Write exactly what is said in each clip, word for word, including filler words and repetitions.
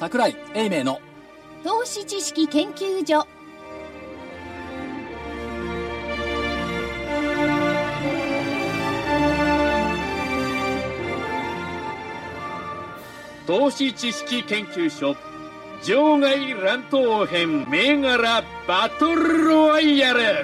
櫻井英明の投資知識研究所。 投資知識研究所場外乱闘編銘柄バトルロワイヤル。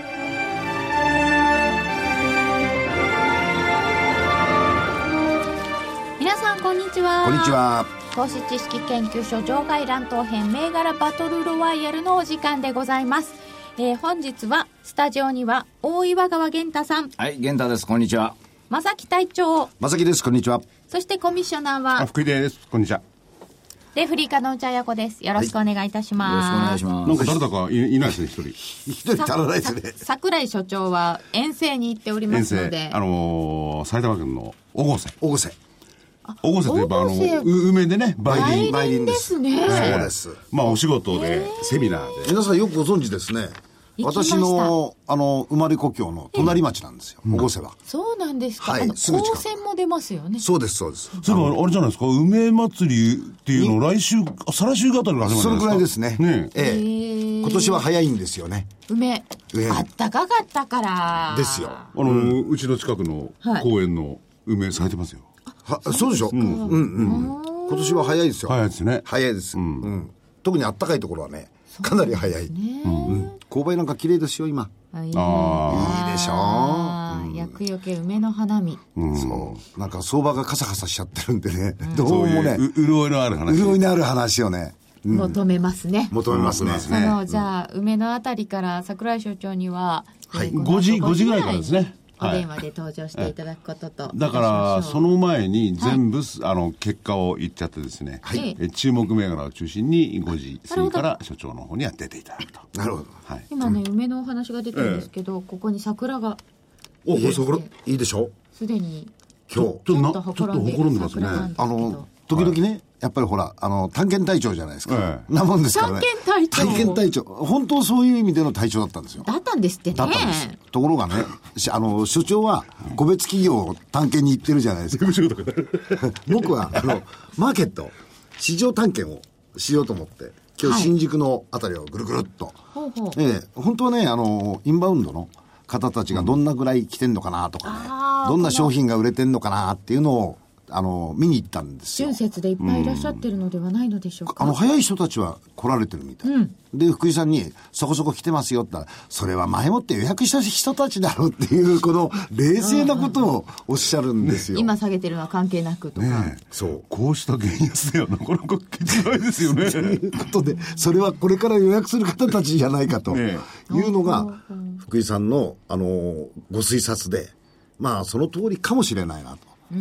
皆さんこんにちは。 こんにちは。 投資知識研究所場外乱闘編銘柄バトルロワイヤルのお時間でございます。えー、本日はスタジオには大岩川源太さん、 はい、源太です。こんにちは。 正木隊長、 正木です。こんにちは。 そしてコミッショナーは福井です。こんにちは。 レフリー課の内彩子です。よろしくお願いいたします。 はい、よろしくお願いします。 なんか誰だか い, いないですね、一人。 一人足らないですね。 櫻井所長は遠征に行っておりますので、 あのー、埼玉県の越生。 越生。 越生といえば、あの、梅でね、 梅林。梅林ですね。 そうです。 まあ、お仕事で、セミナーで。 皆さんよくご存知ですね。私の、あの、生まれ故郷の隣町なんですよ、越生は。 そうなんですか。 はい、 あの、高専も出ますよね。 そうです、そうです。 そういえば、あれじゃないですか、梅祭りっていうのを来週、再来週あたりが始まるんですか。 そのくらいですね。 ねええ。今年は早いんですよね。 梅。あったかかったから。 ですよ。 あの、うちの近くの公園の梅咲いてますよ。 は、そうでしょ。うん、うん、うん。今年は早いですよ。 早いですね。 早いです。うん。特にあったかいところはね、かなり早い。うん。勾配なんか綺麗ですよ、今。 ああ。いいでしょ。 厄除け梅の花見。 そう。なんか相場がカサカサしちゃってるんでね。どうもね。 潤いのある話。 潤いのある話をね。 求めますね。 求めますね。 その、じゃあ、梅のあたりから櫻井所長には、 はい。 ごじ、ごじぐらいからですね。 お電話で登場していただくことと、はい、 だからその前に全部、はい、あの結果を言っちゃってですね、はい、え注目銘柄を中心にごじ過ぎから所長の方には出ていただくと。 なるほど、 はい、今ね梅のお話が出てるんですけど、ええ、ここに桜がおお桜いいでしょ。 すでに今日ちょっとほころんでますね。 あの時々ね、はい、やっぱりほら、あの、探検隊長じゃないですか。ええ、なもんですからね。 探検隊長。 探検隊長。本当そういう意味での隊長だったんですよ。 だったんですってね。 だったんです。ところがね、あの、所長は個別企業を探検に行ってるじゃないですか。僕は、あの、マーケット、市場探検をしようと思って、今日新宿のあたりをぐるぐるっと。はい、ええ、本当はね、あの、インバウンドの方たちがどんなぐらい来てんのかなとかね、うん、どんな商品が売れてんのかなっていうのを、あの、見に行ったんですよ。 春節でいっぱいいらっしゃってるのではないのでしょうか。 あの、早い人たちは来られてるみたい。うん、で、福井さんに、そこそこ来てますよって言ったら、それは前もって予約した人たちだろうっていう、この、冷静なことをおっしゃるんですよ。 ね、今下げてるのは関係なくとか。 ね、そう。 こうした現安ではなかなか決じないですよね。 ということで、それはこれから予約する方たちじゃないかというのが、福井さんの、あの、ご推察で、まあ、その通りかもしれないなと。うん、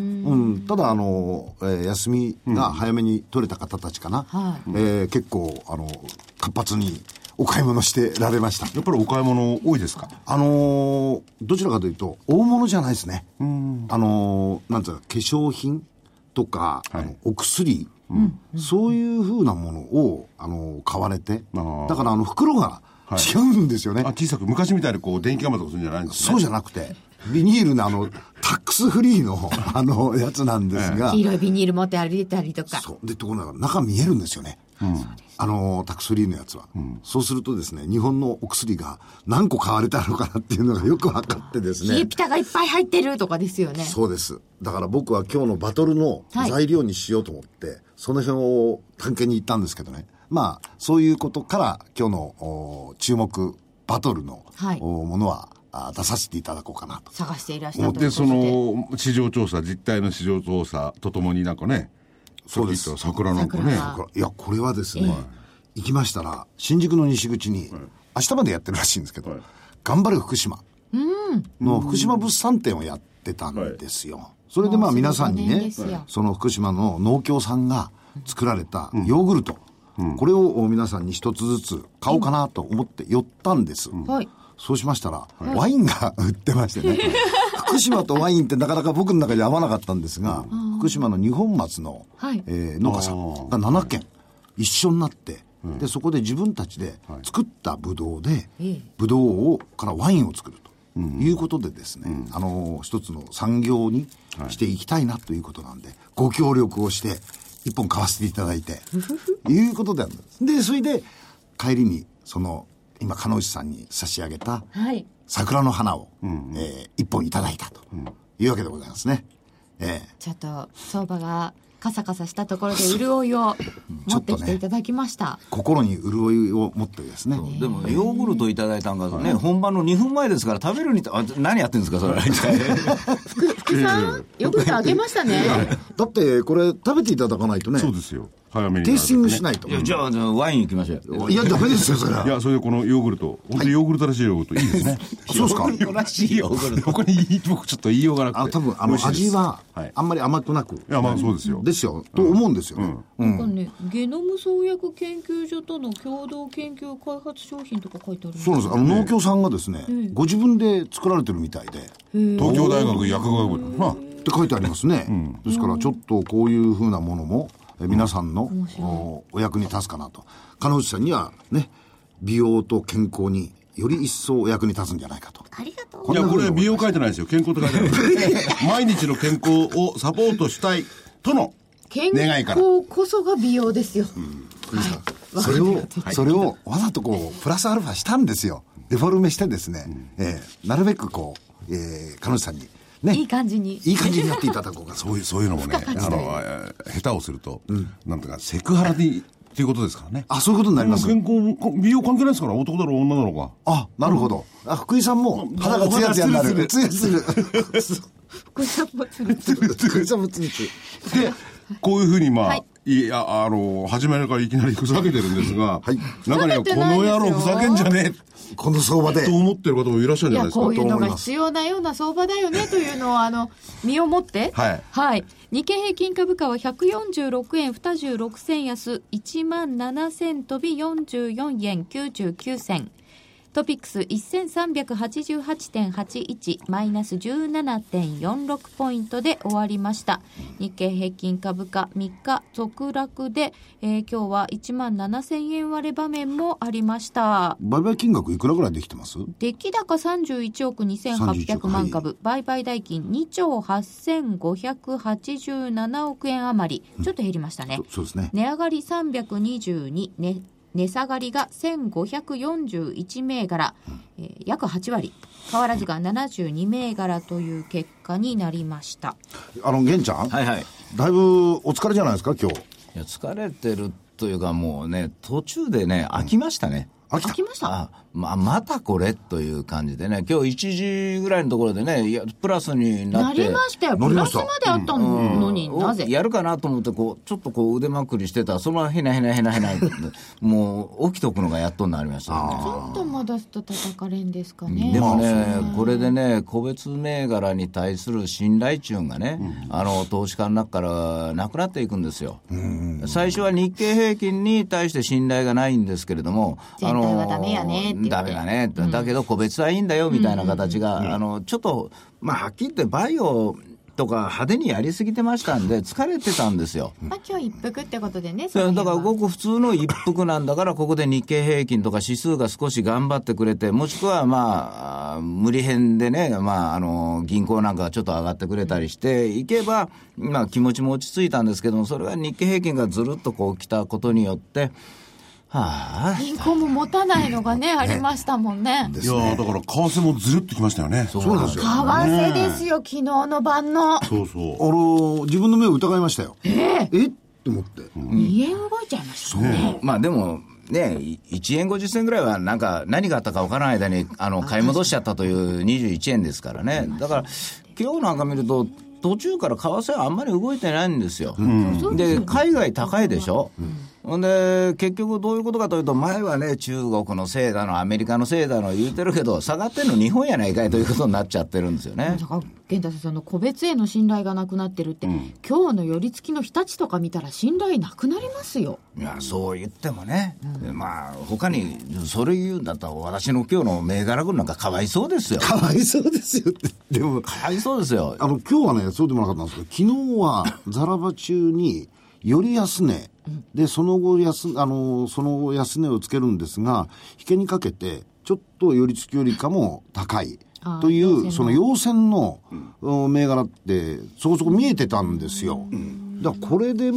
ただあの、えー、休みが早めに取れた方たちかな、うん、えー、結構あの活発にお買い物してられました。 やっぱりお買い物多いですか。 あのー、どちらかというと大物じゃないですね。うん、あのー、なんていうか化粧品とか、はい、あのお薬、うん、そういうふうなものをあのー、買われて、だからあの袋が違うんですよね。 はい、あ、小さく昔みたいにこう電気釜とかするんじゃないんですね。 そうじゃなくてビニールのあのタックスフリーのあのやつなんですが、 黄色いビニール持って歩いたりとか。 そうで、ところが中見えるんですよね。うん、あのタックスフリーのやつは、うん、そうするとですね、日本のお薬が何個買われたのかなっていうのがよく分かってですね、 冷えピタがいっぱい入ってるとかですよね。 そうです。だから僕は今日のバトルの材料にしようと思って、はい、その辺を探検に行ったんですけどね、まあそういうことから今日の注目バトルの、はい、ものは出させていただこうかなと探していらっしゃるということで、 でその市場調査、実態の市場調査とともになんかね、 そうです。 桜なんかね、 いやこれはですね、えー、行きましたら新宿の西口に、はい、明日までやってるらしいんですけど、はい、頑張れ福島の福島物産展をやってたんですよ、はい、それでまあ皆さんにね、その福島の農協さんが作られたヨーグルト、うん、これを皆さんに一つずつ買おうかなと思って寄ったんです、うん、はい。そうしましたら、はい、ワインが売ってましてね福島とワインってなかなか僕の中で合わなかったんですが、福島の二本松の、はい、えー、農家さんがななけん一緒になって、うん、でそこで自分たちで作ったブドウで、はい、ブドウをからワインを作るということでですね、うん、あの一つの産業にしていきたいなということなんで、ご協力をして一本買わせていただいていうことであるんです。でそれで帰りにその今鹿内さんに差し上げた桜の花を、うんえー、一本いただいたというわけでございますね、えー、 ちょっと相場がカサカサしたところで潤いを持ってきていただきました、 ね、心に潤いを持ってですね。 でもヨーグルトいただいたんがね、本番のにふんまえですから食べるにあ何やってるんですかそれ福さんヨーグルトあげましたねだってこれ食べていただかないとね。 そうですよ、早めにテイスティングしないと。 いやじゃあワイン行きましょうよ。 いやダメですよそれは。 いやそれでこのヨーグルト本当にヨーグルトらしいヨーグルトいいですねそうですか。 ヨーグルトらしいヨーグルトこれ僕ちょっと言いようがなくて、 あ多分あの味はあんまり甘くなく、 いやまあそうですよですよ、と思うんですよね、 うんうん、なんかねゲノム創薬研究所との共同研究開発商品とか書いてあるんです。 そうなんです。あの農協さんがですね、ご自分で作られてるみたいで、 東京大学薬学部まあって書いてありますね、うん、ですからちょっとこういうふうなものもえ皆さんの お, お役に立つかなと。鹿内さんにはね美容と健康により一層お役に立つんじゃないかと。 ありがとう。 いやこれ美容書いてないですよ、健康って書いてある毎日の健康をサポートしたいとの願いから。 健康こそが美容ですよ、うんはい、それをそれをわざとこうプラスアルファしたんですよ。デフォルメしてですね、うんえー、なるべくこう、えー、鹿内さんにね、 いい感じにいい感じにやっていただこうかそういうそういうのもねあの下手をすると、うん、なんていうかセクハラにっていうことですからね。 あそういうことになります。 健康美容関係ないですから、男だろう女だろうが。 あなるほど、うん、あ福井さんも肌がツヤツヤになる。ツヤツヤ福井さんもツルツル福井さんもツルツルでこういうふうにまあ、はい、いやあの始めるからいきなりふざけてるんですが、はい、中にはこの野郎ふざけんじゃねえこの相場でと思ってる方もいらっしゃるんじゃないですか。 いやこういうのが必要なような相場だよねというのをあの身をもってはい、はい、日経平均株価はひゃくよんじゅうろくえんにじゅうろくせん安 いちまんななせん飛びよんじゅうよんえんきゅうじゅうきゅうせん。トピックス せんさんびゃくはちじゅうはちてんはちいち マイナス じゅうななてんよんろく ポイントで終わりました。日経平均株価みっか続落で、えー、今日はいちまんななせんえん割れ場面もありました。 売買金額いくらぐらいできてます？ 出来高さんじゅういちおくにせんはっぴゃくまん株、はい、売買代金にちょうはっせんごひゃくはちじゅうななおくえん余り、ちょっと減りましたね、うん、そ, そうですね。値上がりさんびゃくにじゅうに、ね値下がりがせんごひゃくよんじゅういち銘柄、うんえー、約はち割、変わらずがななじゅうに銘柄という結果になりました。 あの玄ちゃん、 はいはい、 だいぶお疲れじゃないですか今日。いや疲れてるというかもうね途中でね飽きましたね、 うん、飽きました。 あ、まあ、またこれという感じでね、今日いちじぐらいのところでね、いやプラスになってなりましたよ。プラスまであったのに、うん、なぜやるかなと思ってこうちょっとこう腕まくりしてたらそのままへなへなへなへなもう起きとくのがやっとになりましたよね。 ちょっと戻すと叩かれんですかね。 でもねこれでね個別銘柄に対する信頼値がね、うん、あの投資家の中からなくなっていくんですよ、うん、最初は日経平均に対して信頼がないんですけれども、 全体はダメやねってダメだね、うん、だけど個別はいいんだよみたいな形が、うんうんうん、あのちょっとまあはっきり言ってバイオとか派手にやりすぎてましたんで疲れてたんですよ。 まあ、今日一服ってことでね。 だからごく普通の一服なんだからここで日経平均とか指数が少し頑張ってくれて、もしくはまあ無理変でね、まあ、あの銀行なんかがちょっと上がってくれたりしていけば、まあ、気持ちも落ち着いたんですけども、それは日経平均がずるっとこう来たことによってはあ、 銀行も持たないのがねありましたもんね。 いやだから為替もずるっときましたよね。 そうなんですよ。 為替ですよ、ね、昨日の晩の。 そうそう。 あの自分の目を疑いましたよ。 えー、 えって思って、 うん、にえん動いちゃいましたね。 まあでもね、いちえんごじゅっせんぐらいはなんか何があったか分からない間にあの買い戻しちゃったというにじゅういちえんですからね。だから今日なんか見ると途中から為替はあんまり動いてないんですよ、うん、で海外高いでしょ、うん、で結局どういうことかというと、前はね中国のせいだのアメリカのせいだの言うてるけど、下がってるの日本やないかいということになっちゃってるんですよね。 だから玄太さんの個別への信頼がなくなってるって、うん、今日の寄り付きの日立とか見たら信頼なくなりますよ。 いやそう言ってもね、うん、まあ他にそれ言うんだったら私の今日の銘柄群なんかかわいそうですよ。 かわいそうですよって。でもかわいそうですよ。 あの今日はねそうでもなかったんですけど、昨日はザラバ中により安値でその後安あのその後安値をつけるんですが、引けにかけてちょっと寄り付きよりかも高いというその陽線の銘柄ってそこそこ見えてたんですよ。だからこれでもっ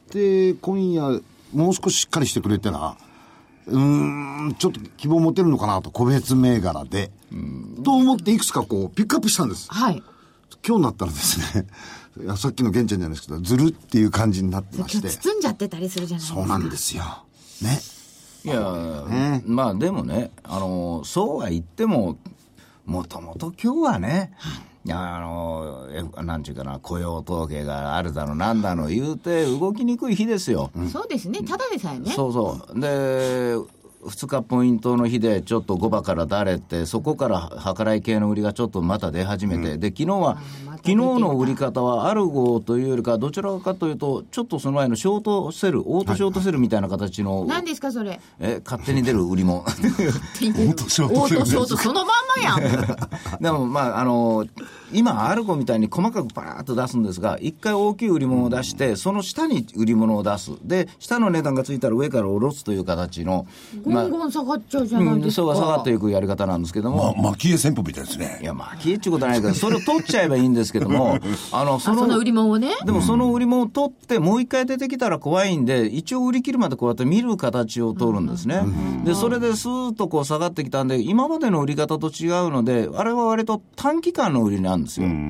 って今夜もう少ししっかりしてくれてな、うーんちょっと希望持てるのかなと、個別銘柄でと思っていくつかこうピックアップしたんです。 はい。 今日になったらですねさっきの玄ちゃんじゃないですけどずるっていう感じになってまして、 包んじゃってたりするじゃないですか。 そうなんですよね。 いや、ね、まあでもね、あのそうは言ってももともと今日はね、いやあのなんていうかな、雇用統計があるだのなんだの言うて動きにくい日ですよ、 うん、そうですね、ただでさえね。 そうそうでふつかポイントの日でちょっとごばからだれて、そこから計らい系の売りがちょっとまた出始めて、うん、で昨日は昨日の売り方はアルゴというよりかどちらかというとちょっとその前のショートセル、オートショートセルみたいな形の、 何ですかそれ、 え勝手に出る売りもオートショートそのまんまやんでもまああの今アルゴみたいに細かくパーッと出すんですが、一回大きい売り物を出してその下に売り物を出す、で下の値段がついたら上から下ろすという形のゴンゴン下がっちゃうじゃないですか、 うん、そう下がっていくやり方なんですけども、 ま、蒔絵旋風みたいですね。 いや蒔絵っていうことはないけどそれを取っちゃえばいいんですけどもあのその、 その売り物をね、 でもその売り物を取ってもう一回出てきたら怖いんで一応売り切るまでこうやって見る形を取るんですね、うん、でそれでスーッとこう下がってきたんで今までの売り方と違うのであれは割と短期間の売りなんですよ、うん、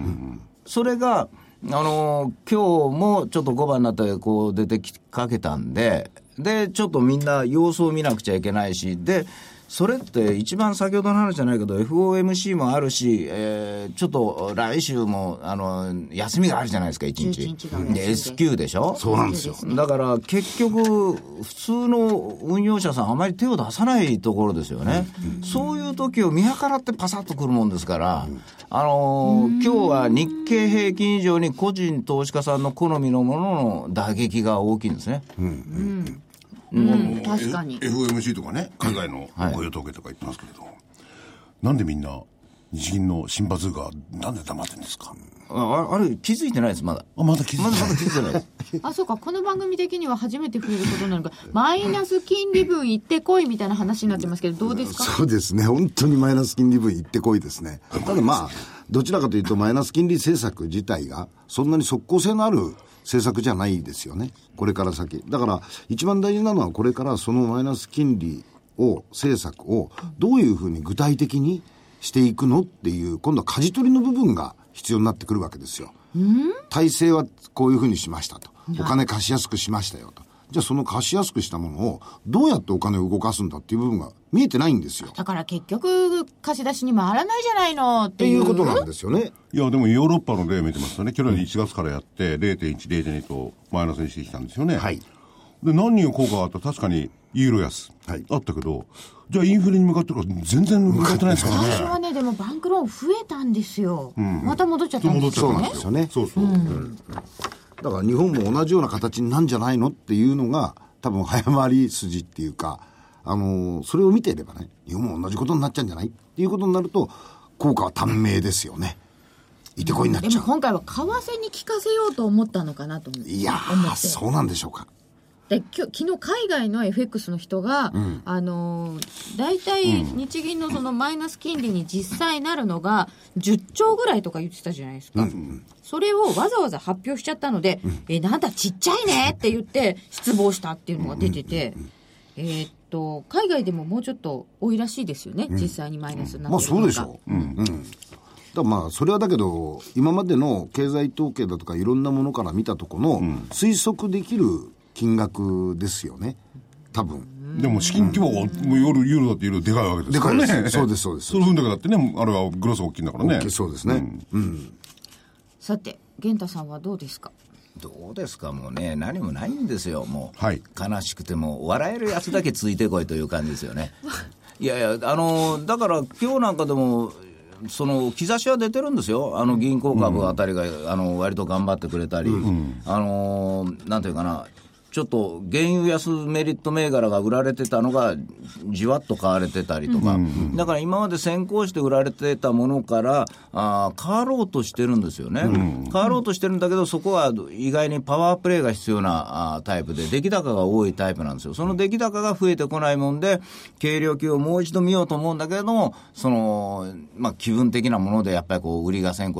それがあのー、今日もちょっとごばんになってこう出てきかけたんで、でちょっとみんな様子を見なくちゃいけないし、でそれって一番先ほどの話じゃないけど エフオーエムシー もあるし、えー、ちょっと来週もあの休みがあるじゃないですか、いちにちで エスキュー でしょ。 そうなんですよ。 だから結局普通の運用者さんあまり手を出さないところですよね、うん、そういう時を見計らってパサッとくるもんですから、うん、あのー、今日は日経平均以上に個人投資家さんの好みのものの打撃が大きいんですね、うんうんうん、確かにエフオーエムシー とかね、海外の雇用統計とか言ってますけれど、はい、なんでみんな日銀のシンバズーがなんで黙ってるんですか。 あ, あれ気づいてないです。まだあまだ気づいてない、 まだ気づいてないですあ、そうか、この番組的には初めて触れることなのかマイナス金利分行ってこいみたいな話になってますけど、どうですか。 そうですね、本当にマイナス金利分行ってこいですね。ただまあどちらかというとマイナス金利政策自体がそんなに即効性のある政策じゃないですよね、これから先。だから一番大事なのはこれからそのマイナス金利を政策をどういうふうに具体的にしていくのっていう、今度は舵取りの部分が必要になってくるわけですよ。体制はこういうふうにしましたと、お金貸しやすくしましたよと、じゃあその貸しやすくしたものをどうやってお金を動かすんだっていう部分が見えてないんですよ。 だから結局貸し出しに回らないじゃないのっていう、 っていうことなんですよね。 いやでもヨーロッパの例を見てますとね、去年いちがつからやって ゼロてんいち、ゼロてんに とマイナスにしてきたんですよね、はい、で何人効果があった。確かにユーロ安、はい、あったけど、じゃあインフレに向かってるから全然向かってないですからね。 最初はね、でもバンクローン増えたんですよ、うん、また戻っちゃったんですよね。 そうなんですよね。 そうそう、うん、 だから日本も同じような形になんじゃないのっていうのが多分早回り筋っていうか、あのー、それを見ていればね、日本も同じことになっちゃうんじゃないっていうことになると効果は短命ですよね。いてこいになっちゃう。 でも今回は為替に効かせようと思ったのかなと思って。 いやーそうなんでしょうか。 できょ昨日海外の エフエックス の人が、うん、あのー、大体日銀のそのマイナス金利に実際なるのがじゅっちょうぐらいとか言ってたじゃないですか、うん、それをわざわざ発表しちゃったので、うん、えなんだちっちゃいねって言って失望したっていうのが出てて、えー、っと海外でももうちょっと多いらしいですよね、うん、実際にマイナスになってるのが、 まあそうでしょう、うんうん、だからまあそれはだけど今までの経済統計だとかいろんなものから見たところの推測できる金額ですよね、多分。 でも資金規模が、うん、もう夜ユーロだってユーロでかいわけですからね。 でかいです。そうですそうです。 その分だけだってね、あれはグロス大きいんだからね。 大きい、そうですね、うんうん、 さて源太さんはどうですか。 どうですか、もうね何もないんですよ、もう、 はい、 悲しくても笑えるやつだけついてこいという感じですよねいやいや、あのだから今日なんかでもその兆しは出てるんですよ。あの銀行株あたりが、うん、あの割と頑張ってくれたり、うん、あのなんていうかな、ちょっと原油安メリット銘柄が売られてたのがじわっと買われてたりとか、うん、だから今まで先行して売られてたものからあ変わろうとしてるんですよね、うん、変わろうとしてるんだけど、そこは意外にパワープレイが必要なあタイプで、出来高が多いタイプなんですよ。その出来高が増えてこないもんで軽量級をもう一度見ようと思うんだけれども、その、まあ、気分的なものでやっぱりこう売りが先行して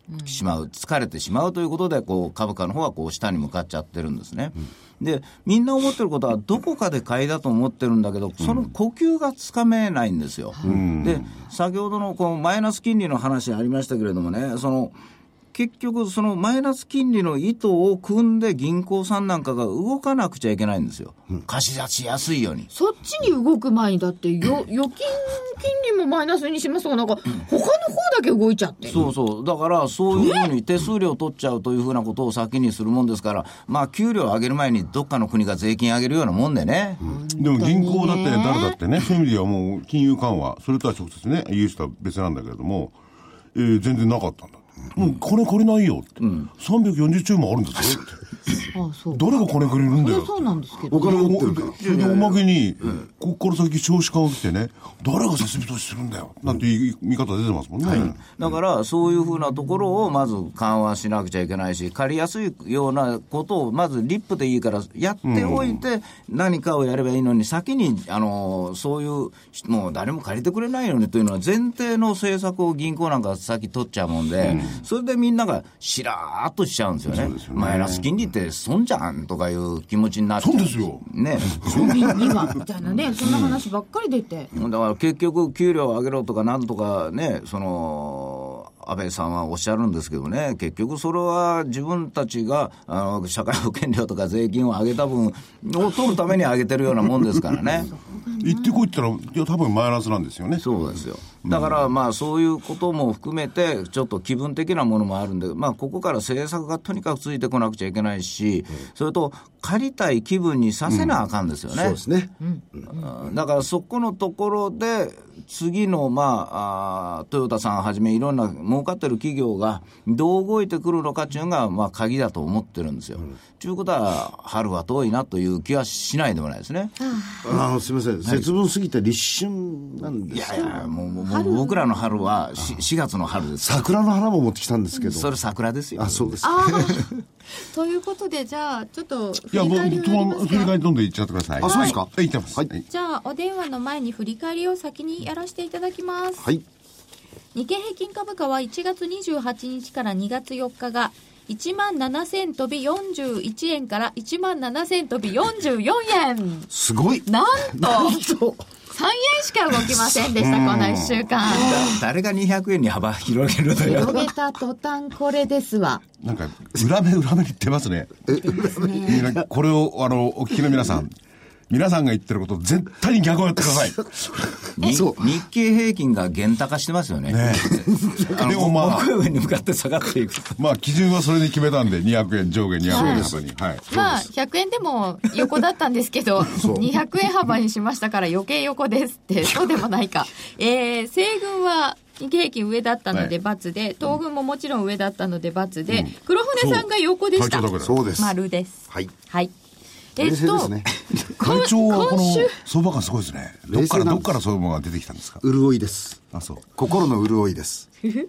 しまう、疲れてしまうということで、こう株価の方はこう下に向かっちゃってるんですね。うん、で、みんな思ってることはどこかで買いだと思ってるんだけど、その呼吸がつかめないんですよ。うん、で、先ほどのこのマイナス金利の話ありましたけれどもね、その結局そのマイナス金利の糸を組んで銀行さんなんかが動かなくちゃいけないんですよ、うん、貸し出しやすいように。 そっちに動く前にだってよ預金金利もマイナスにしますとか、なんか他の方だけ動いちゃって、 そうそう、だからそういうふうに手数料取っちゃうというふうなことを先にするもんですから、まあ給料上げる前にどっかの国が税金上げるようなもんでね、うん、 でも銀行だってね、誰だってね、そういう意味ではもう金融緩和、それとは直接ね融資とは別なんだけれども、えー、全然なかったんだ。もう金借りないよって、うん、さんびゃくよんじゅうちょいもあるんだぞってああ、そう、誰が金借りるんだよ。 そうなんですけど、 お金持ってるから。 それでおまけに、うん、ここから先少子化が来てね、誰が設備投資するんだよなんていう見方出てますもんね、はい、 だからそういうふうなところをまず緩和しなくちゃいけないし、借りやすいようなことをまずリップでいいからやっておいて、何かをやればいいのに、先にあのそういうもう誰も借りてくれないのにというのは前提の政策を銀行なんか先取っちゃうもんで、うん、それでみんながしらーっとしちゃうんですよ ね, よねマイナス金利って損じゃんとかいう気持ちになっちゃう。 そうですよね、 今みたいなね、そんな話ばっかり出て、 うん、だから結局給料を上げろとかなんとかね、その安倍さんはおっしゃるんですけどね、結局それは自分たちがあの社会保険料とか税金を上げた分を取るために上げてるようなもんですからね行ってこいって言ったらいや多分マイナスなんですよね。 そうですよ。だからまあそういうことも含めてちょっと気分的なものもあるんで、まあここから政策がとにかくついてこなくちゃいけないし、それと借りたい気分にさせなあかんですよね、 うん、そうですね、 うん、だからそこのところで次のまあ、あトヨタさんはじめいろんな儲かってる企業がどう動いてくるのかっていうのがまあ鍵だと思ってるんですよ。と、うん、いうことは春は遠いなという気はしないでもないですね。 ああ、すみません、節分過ぎて立春なんですか。 いやいや、もうもう僕らの春は し, しがつの春です。 桜の花も持ってきたんですけど、 それ桜ですよ。 あ、そうです。 ということで、じゃあちょっと振り返りありますか。 振り返りどんどんいっちゃってください。 あ、そうですか。 はい、いってます、はい、 じゃあお電話の前に振り返りを先にやらせていただきます。 はい。 日経平均株価はいちがつにじゅうはちにちからにがつよっかがいちまんななせん飛びよんじゅういちえんからいちまんななせん飛びよんじゅうよんえん。 すごい。 なんとなんとさんえんしか動きませんでしたこのいっしゅうかん。 誰がにひゃくえんに幅広げるのよ。 広げた途端これですわ。 なんか裏目裏目に言ってますね。これをあのお聞きの皆さん、皆さんが言ってること絶対に逆をやってください。 そう、日経平均が減高してますよね。ねでもまあ木曜日に向かって下がっていく。 まあ基準はそれに決めたんでにひゃくえん上下にひゃくえん幅に、はいはい、 まあひゃくえんでも横だったんですけどにひゃくえん幅にしましたから余計横ですってそうでもないか。えー、西軍は日経平均上だったので×で、はい、東軍ももちろん上だったので×で、うん、黒船さんが横でした。 そうです。 丸です。 はい。 はい。 えっと、ね、 会長はこの相場感すごいですね。どっからどっから相場が出てきたんですか。 潤いです。 あ、そう。 心の潤いです。 先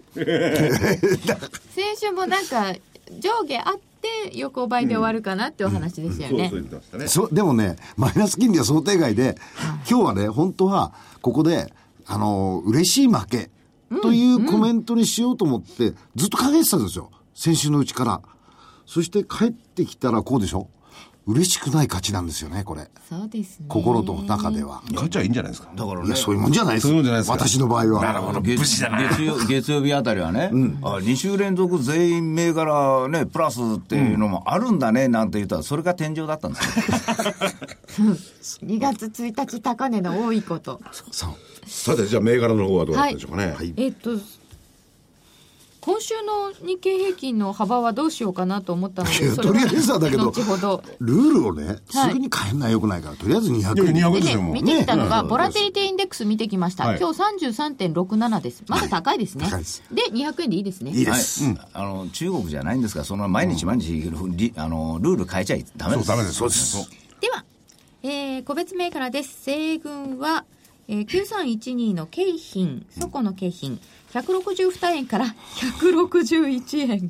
週もなんか上下あって横ばいで終わるかなってお話ですよね。 そうでもね、マイナス金利は想定外で、今日はね本当はここであの嬉しい負けというコメントにしようと思ってずっと考えてたんですよ。先週のうちから。そして帰ってきたらこうでしょ。嬉しくない勝ちなんですよね、これ。 そうですね。 心と中では。 勝ちはいいんじゃないですか。 だからね。 いや、そういうもんじゃないです。 そういうもんじゃないですか。 私の場合は。 なるほど。月, 月, 曜月曜日あたりはね、うん、あ、に週連続全員銘柄ね、プラスっていうのもあるんだね、なんて言ったら、それが天井だったんですよ。 にがつついたち高値の多いこと。 そう。 さて、じゃあ銘柄の方はどうだったでしょうかね。はい。 えっと、今週の日経平均の幅はどうしようかなと思ったので、それとりあえずはだけど後ほどルールをね、すぐに変えるのはよくないから、とりあえずにひゃくえんにひゃくえんですよ、 もう見てきたのが、ね、ボラテリティインデックス見てきました、はい、今日 さんじゅうさんてんろくなな です。まだ高いですね、はい、高いです。でにひゃくえんでいいですね。 いいです、 はい、うん、あの中国じゃないんですから、その毎日毎日、うん、あのルール変えちゃダメです。 そうダメです。そうです。では、えー、個別銘柄です。西軍はえー、きゅうさんいちにの京浜、そこの京浜、ひゃくろくじゅうにえんからひゃくろくじゅういちえん。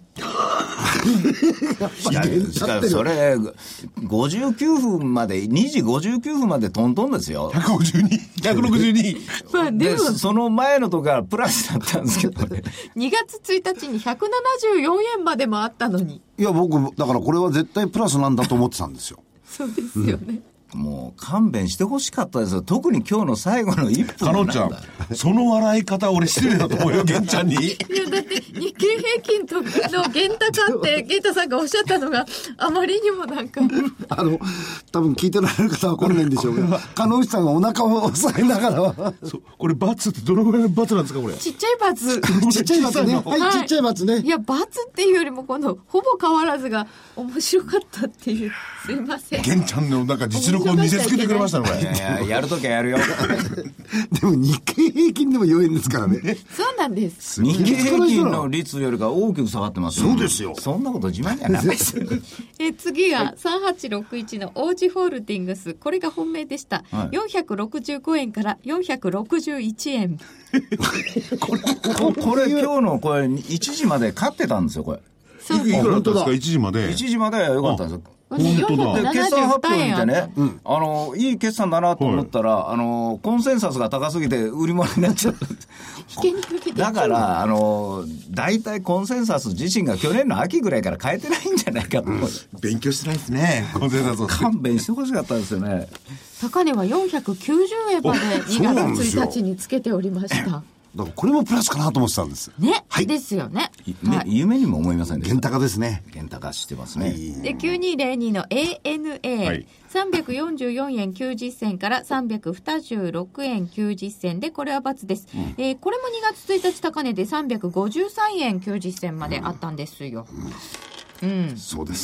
いや、それ、ごじゅうきゅうふんまで、にじごじゅうきゅうふんまでトントンですよ。 ひゃくごじゅうに、ひゃくろくじゅうに。 まあでも、 で、その前のとこはプラスだったんですけどね。 にがつついたちにひゃくななじゅうよんえんまでもあったのに。 いや、僕、だからこれは絶対プラスなんだと思ってたんですよ。 そうですよね。うんもう勘弁してほしかったですよ。特に今日の最後の一分かのちゃん、その笑い方俺失礼だと思うよ、玄ちゃんに。いや、 だって日経平均との玄高って、玄太さんがおっしゃったのがあまりにもなんか。 あの、多分聞いてられる方はわかんないんでしょうけど、鹿野内さんがお腹を押さえながら。 そう、これ罰ってどのぐらいの罰なんですか、これ。 ちっちゃい罰。 ちっちゃい罰ね。はい、はい、ちっちゃい罰ね。 いや、罰っていうよりもこの、ほぼ変わらずが面白かったっていう。すいません。 玄ちゃんのなんか実力を見せつけてくれましたね、これ。 いやいや、やるときはやるよ。 でも日経平均でもよえんですからね。 そうなんです。 日経平均の率よりか大きく下がってますよ。 そうですよ。 そんなこと自慢じゃないです。 え次はさんはちろくいちのオージホールディングス。これが本命でした。はい、よんひゃくろくじゅうごえんからよんひゃくろくじゅういちえん。 これ、これ今日のこれいちじまで勝ってたんですよ、これ。 そういくらだったんですか、いちじまで。 いちじまでは良かったんですよ。 本当だ。 で決算発表見てね、うん、あのいい決算だなと思ったら、はい、あのコンセンサスが高すぎて売り物になっちゃっただからあの大体コンセンサス自身が去年の秋ぐらいから変えてないんじゃないかと思う、うん、 勉強してないですね、コンセンサスを勘弁してほしかったですよね。 高値はよんひゃくきゅうじゅうえんまでにがつついたちにつけておりました。 だからこれもプラスかなと思ってたんです。 ね、はい、ですよね。 ね、はい、夢にも思いませんでした。 原高ですね。 原高してますね。 で、きゅうにーぜろにの エーエヌエー、はい、さんびゃくよんじゅうよんえんきゅうじゅっせんからさんびゃくにじゅうろくえんきゅうじゅっせんで、これは×です。うん、えー、これもにがつついたち高値でさんびゃくごじゅうさんえんきゅうじゅっせんまであったんですよ。うん。うん、 そうです。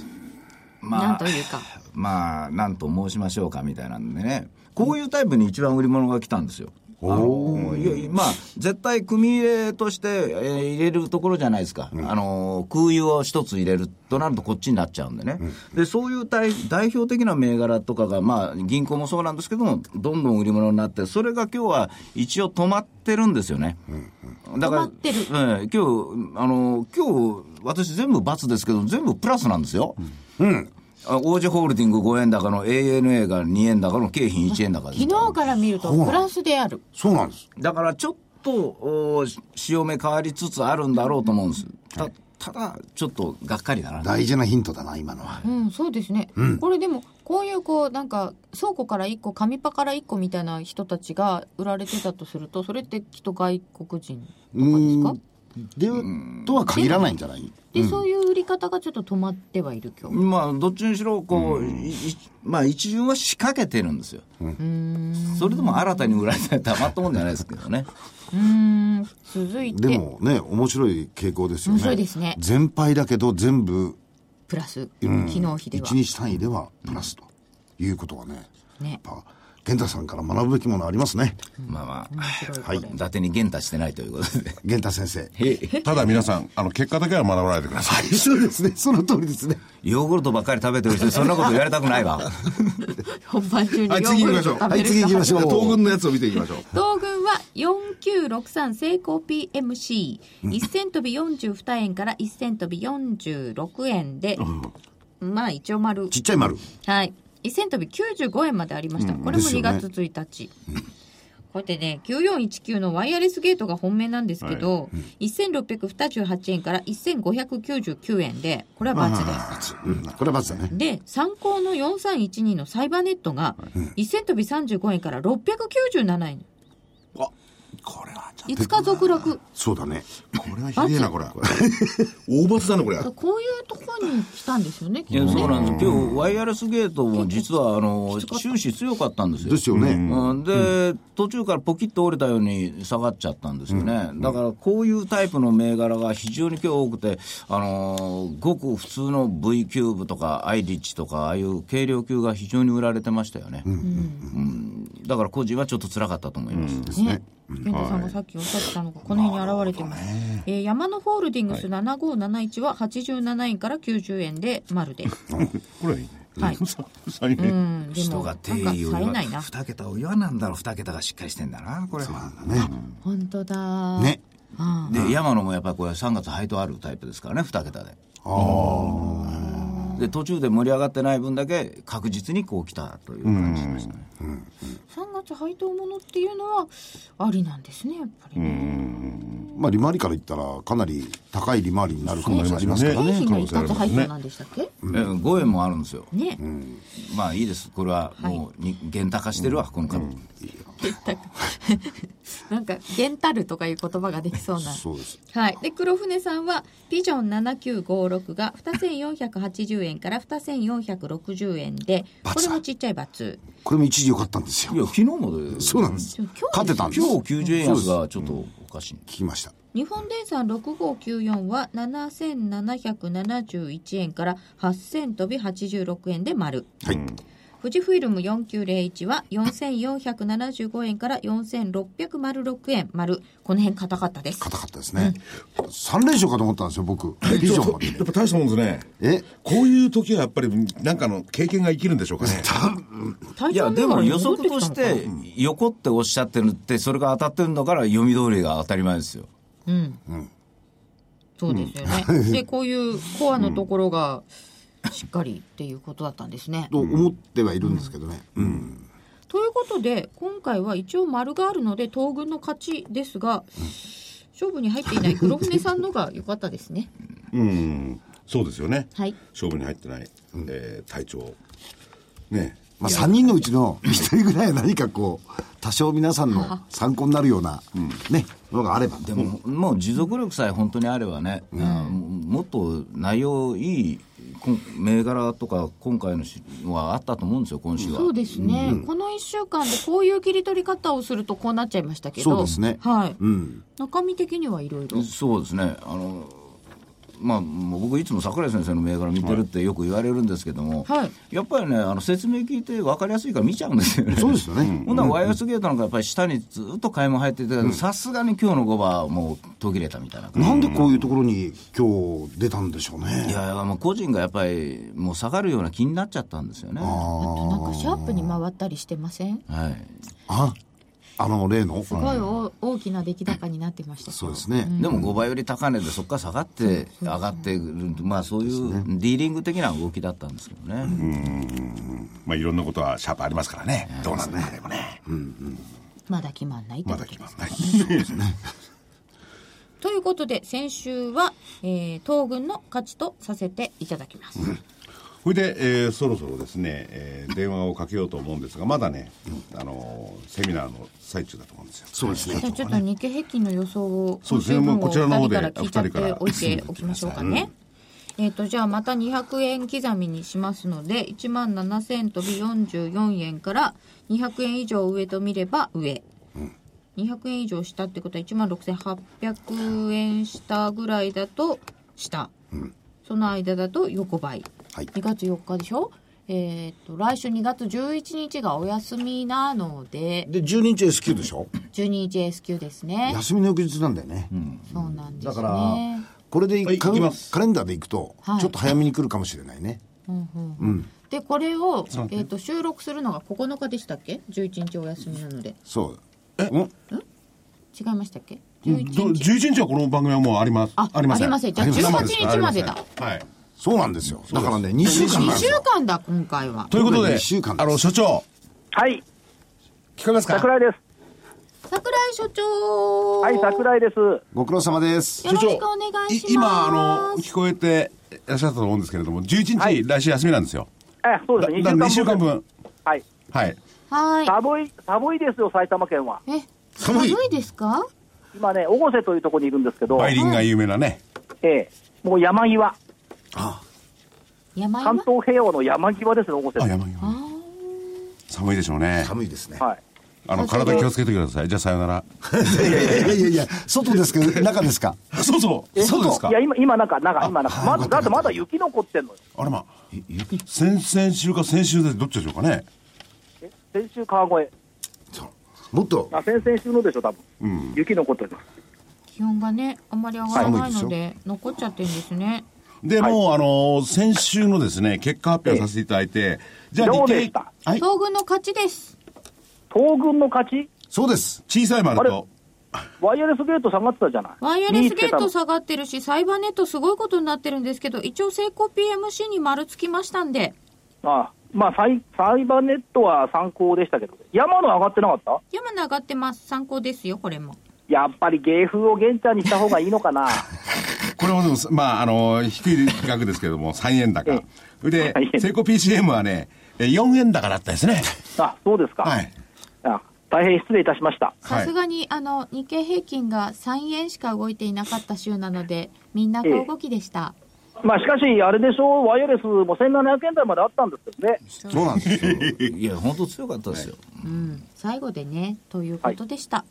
まあ、 なんというか。 まあ、なんと申しましょうかみたいなんでね。こういうタイプに一番売り物が来たんですよ。あのいやまあ、絶対組み入れとして、えー、入れるところじゃないですか、うん、あの空輸を一つ入れるとなるとこっちになっちゃうんでね、うん、でそういう代表的な銘柄とかが、まあ、銀行もそうなんですけどもどんどん売り物になって、それが今日は一応止まってるんですよね、 うん、だから止まってる、 えー、今日あの今日私全部×ですけど全部プラスなんですよ、うん、うんオージーホールディングごえん高の エーエヌエー がにえん高の京浜いちえん高です。 昨日から見るとプラスである。 そうなんです。 だからちょっと潮目変わりつつあるんだろうと思うんです。たただちょっとがっかりだな。 大事なヒントだな今のは。 うん、そうですね、うん、これでもこういうこうなんか倉庫からいっこ紙パからいっこみたいな人たちが売られてたとすると、それってきっと外国人とかですか？ でとは限らないんじゃない？ で、うん、そういう売り方がちょっと止まってはいる今日。 まあどっちにしろこう、うん、まあ一巡は仕掛けてるんですよ、うん、それでも新たに売られたらたまったもんじゃないですけどね。 うーん、続いてでもね面白い傾向ですよね。 面白いですね。 全敗だけど全部プラス、うん、昨日比ではいちにち単位ではプラスということはね、ね、やっぱ玄太さんから学ぶべきものありますね。 まあまあ、はい、伊達に玄太してないということで。 玄太先生。 ただ皆さん、あの、結果だけは学ばないでください。 そうですね。その通りですね。 ヨーグルトばっかり食べてる人そんなこと言われたくないわ。 本番中にヨーグルト食べる。 はい、次行きましょう。 東軍のやつを見ていきましょう。 東軍はよんきゅうろくさんセイコー ピーエムシー。いっせん飛びよんじゅうにえんからいっせん飛びよんじゅうろくえんで、うん、まあ一応丸。 ちっちゃい丸。 はい。いっせん飛びきゅうじゅうごえんまでありました、うん、これもにがつついたち、ね、うん、こうやってねきゅうよんいちきゅうのワイヤレスゲートが本命なんですけど、はい、うん、せんろっぴゃくにじゅうはちえんからせんごひゃくきゅうじゅうきゅうえんでこれは×です、 うん、これは×だね。 で参考のよんさんいちにのサイバーネットがいっせん飛びさんじゅうごえんからろっぴゃくきゅうじゅうななえん、 あ、これはちょっといつか続落。 そうだね。 これはひでえなこれ。大罰だなこれ。 こういうところに来たんですよね。 いやそうなんです。今日ワイヤレスゲートも実はあの終始強かったんですよ。 ですよね。 うん、で、うん、途中からポキッと折れたように下がっちゃったんですよね。うん、だからこういうタイプの銘柄が非常に今日多くて、あのー、ごく普通の V キューブとかアイリッチとかああいう軽量級が非常に売られてましたよね。うんうんうん、だから個人はちょっと辛かったと思います。うん、ですね。 玄太さんがさっきおっしゃってたのがこの辺に現れてます、ね、えー、山野ホールディングスななごーなないちははちじゅうななえんからきゅうじゅうえんで丸でこれはいいね。 はい、 うん人が定位を言わに桁を言わなんだろう、に桁がしっかりしてんだなこれ。 そうなんだね。 本当だね。 で山野もやっぱりこれさんがつ配当あるタイプですからね、に桁で。あで途中で盛り上がってない分だけ確実にこう来たという感じでしたね。うんうん、 さんがつ配当ものっていうのはありなんですね、やっぱりね。 うんまあ利回りから言ったらかなり高い利回りになる可能性ありますからね。 経費の一括配当なんでしたっけ？ うん、ごえんもあるんですよ。 ね、うん、 まあいいです。これはもうに減高してるわ、うん、この株。うんなんかゲンタルとかいう言葉ができそうな。 そうです。 はい。で黒船さんはビジョンななきゅうごろくがにせんよんひゃくはちじゅうえんからにせんよんひゃくろくじゅうえんで、これもちっちゃいバツ。 これも一時良かったんですよ。 いや昨日まで。 そうなんです。勝てたんです。 今日きゅうじゅうえん安がちょっとおかしい。 聞きました。 日本電産ろくごきゅうよんはななせんななひゃくななじゅういちえんからはっせん飛びはちじゅうろくえんで丸。はい。富士フイルムよんきゅうぜろいちはよんせんよんひゃくななじゅうごえんからよんせんろっぴゃくろくえん丸。この辺硬かったです。 硬かったですね、うん、さん連勝かと思ったんですよ僕。ビジョンまで、ね、 やっぱ大したもんですね。えこういう時はやっぱり何かの経験が生きるんでしょうかね。 いやでも予測として横っておっしゃってるってそれが当たってるんだから読み通りが当たり前ですよ。うん、うん、 そうですよね、うん、でこういうコアのところが、うんしっかりっていうことだったんですね。 と思ってはいるんですけどね、うんうん、 ということで今回は一応丸があるので東軍の勝ちですが、うん、勝負に入っていない黒船さんのが良かったですね。 うんそうですよね、 はい、 勝負に入ってない、えー、隊長ねまあ、さんにんのうちのひとりぐらいは何かこう多少皆さんの参考になるような、うんね、のがあれば。 でももう持続力さえ本当にあればね、うん、もっと内容いい銘柄とか今回のはあったと思うんですよ今週は。 そうですね、うん、このいっしゅうかんでこういう切り取り方をするとこうなっちゃいましたけど。 そうですね、 はいうん、中身的にはいろいろ。 そうですねあのまあ、もう僕いつも櫻井先生の銘柄見てるってよく言われるんですけども、はい、やっぱりねあの説明聞いて分かりやすいから見ちゃうんですよね。 そうですよね。 ほんならワイヤスゲートなんかやっぱり下にずっと買いも入っててさすがに今日のごばはもう途切れたみたいな。 なんでこういうところに今日出たんでしょうね。 いやいやもう個人がやっぱりもう下がるような気になっちゃったんですよね。あとなんかシャープに回ったりしてません？ はい。 ああの例のすごい大きな出来高になってました。 そうですね、うん、 でもごばいより高値でそこから下がって上がってくる、まあそういうディーリング的な動きだったんですけどね。うんうんまあいろんなことはシャープありますからね、どうなんだでもね、うんうん、 まだ決まんないってことですね。 まだ決まんないそうですねということで先週は、えー、東軍の勝ちとさせていただきます、うんそれで、えー、そろそろですね、えー、電話をかけようと思うんですがまだね、うん、あのー、セミナーの最中だと思うんですよ。 そうですね。 じゃあちょっと日経平均の予想をそうですねもうこちらの方で聞いちゃっておいておきましょうかね、うん、えーとじゃあまたにひゃくえん刻みにしますのでいちまんななせん飛びよんじゅうよんえんからにひゃくえん以上上と見れば上、うん、にひゃくえん以上下ってことはいちまんろくせんはっぴゃくえん下ぐらいだと下、うん、その間だと横ばい、はい、にがつよっかでしょ。えー、と来週にがつじゅういちにちがお休みなのででじゅうににち エスキュー でしょ。 じゅうににち エスキュー ですね。 休みの翌日なんだよね、うん、 そうなんですね。 だからこれで、はい、カレンダーでいくとちょっと早めに来るかもしれないね、はいうんうんうん、 でこれを、えー、と収録するのがここのかでしたっけ。じゅういちにちお休みなので。 そうえんん違いましたっけ。 じゅういちにちじゅういちにちはこの番組はもうあります。 あ、ありません。ありません。じゃあじゅうはちにちまでだ。 はい。 そうなんですよ。だからねにしゅうかんなんですよ。 にしゅうかんだ今回は。 ということで、あの所長。 はい。 聞こえますか。 桜井です。 桜井所長。 はい桜井です。 ご苦労様です。 よろしくお願いします。 今あの聞こえていらっしゃったと思うんですけれども、じゅういちにち、はい、来週休みなんですよ。 え、そうですね。 にしゅうかんぶん。 はいはいはい。 寒い寒いですよ埼玉県は。 え、寒いですか。 今ね越生というところにいるんですけど。 梅林が有名なね。 ええ、もう山際。ああ。山関東平野の山際ですね越生。 あ、山際。寒いでしょうね。 寒いですね。 はい。 あの体気をつけてください。じゃあさよなら。 いやいやいやいやいや外ですけど中ですか。 そうそうそうですか。 いや今今なんかなんか今なんかまだだってまだ雪残ってんのよ。 あれま雪先々週か先週でどっちでしょうかね。 え先週川越。 もっとあ先々週のでしょ多分、うん、雪残ってる。 気温がねあんまり上がらないので残っちゃってるんですね。 で、はい、もう、あのー、先週のですね、結果発表させていただいて、ええ、じゃあ、 どうでした？ はい、東軍の勝ちです。 東軍の勝ち？ そうです。 小さい丸と。 ワイヤレスゲート下がってたじゃない。 ワイヤレスゲート下がってるし、サイバーネットすごいことになってるんですけど、一応セイコー ピーエムシー に丸つきましたんで。 ああ、まあサイ、サイバーネットは参考でしたけど、山の上がってなかった？ 山の上がってます。参考ですよ、これも。 やっぱり芸風を玄ちゃんにした方がいいのかな。 これもでも、まあ、あの、低い額ですけども、さんえん高。で、セイコー ピーシーエム はね、よんえん高だったですね。 あ、そうですか。はい。あ、大変失礼いたしました。 さすがに、あの、日経平均がさんえんしか動いていなかった週なので、みんな小動きでした。 ええ、まあ、しかし、あれでしょう、ワイヤレスもせんななひゃくえん台まであったんですけどね。 そうなんですよ。 いや、本当強かったですよ。 うん、最後でね、ということでした。はい、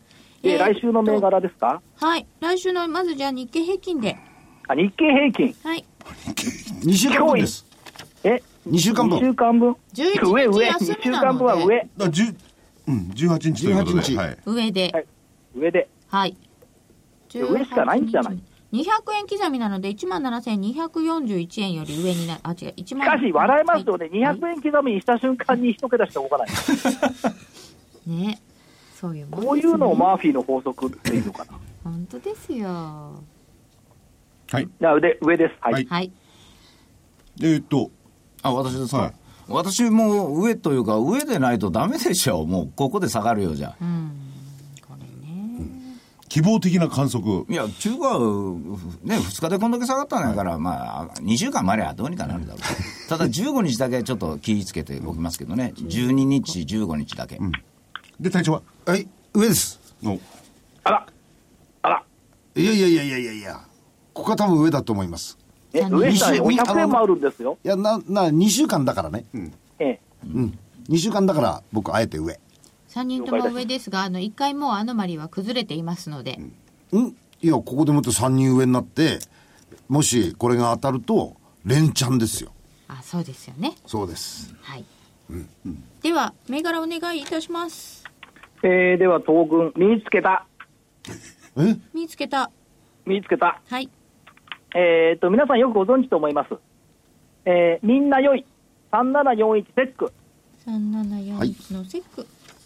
えー、来週の銘柄ですか？ はい。来週の、まずじゃあ日経平均で。 あ、日経平均。 はい。 にしゅうかんぶんです。 え ? にしゅうかんぶん。 にしゅうかんぶん。 じゅういちにち上、上。 休みなので。 にしゅうかんぶんは上。 だじゅう、うん、じゅうはちにちということで。 じゅうはちにち。 はい、 上で。 はい。上で。 はい。 上しかないんじゃない？ にひゃくえん刻みなので いちまんななせんにひゃくよんじゅういちえんより上になる。あ、違う。いちまん。 しかし、笑いますとね、にひゃくえん刻みにした瞬間に一桁しか動かない。 ね。そういうもんですね。 こういうのをマーフィーの法則っていうのかな。 本当ですよ。 はい。 じゃあ上、上です。はい。 はい。はい、 えー、っと。 あ、私ですか。はい、 私も上というか、上でないとダメでしょ。もう、ここで下がるようじゃ。 うん。これね、 うん。希望的な観測。 いや、中華ね、ふつかでこんだけ下がったんだから、はい、まあ、にしゅうかんまではどうにかなるだろう。ただ、じゅうごにちだけちょっと気をつけておきますけどね。じゅうににち、じゅうごにちだけ。うん、 で、隊長は？ はい、上です。 おあら。あら。 いやいやいやいやいやいや。ここは多分上だと思います。 え、上下にごひゃくえんもあるんですよ。 いや、な、な、にしゅうかんだからね。 うん。ええ。 うん。にしゅうかんだから、僕、あえて上。 さんにんとも上ですが、あの、いっかいもうアノマリは崩れていますので。 うん、いや、ここでもってさんにん上になって、もしこれが当たると、連チャンですよ。 あ、そうですよね。 そうです。 はい。 うんうん、 では、銘柄お願いいたします。 えー、では、東軍、見つけた。 え見つけた。 見つけた。 はい。 えー、と皆さんよくご存知と思います、えー、みんな良いさんななよんいちセックさんななよんいちのセック、はい、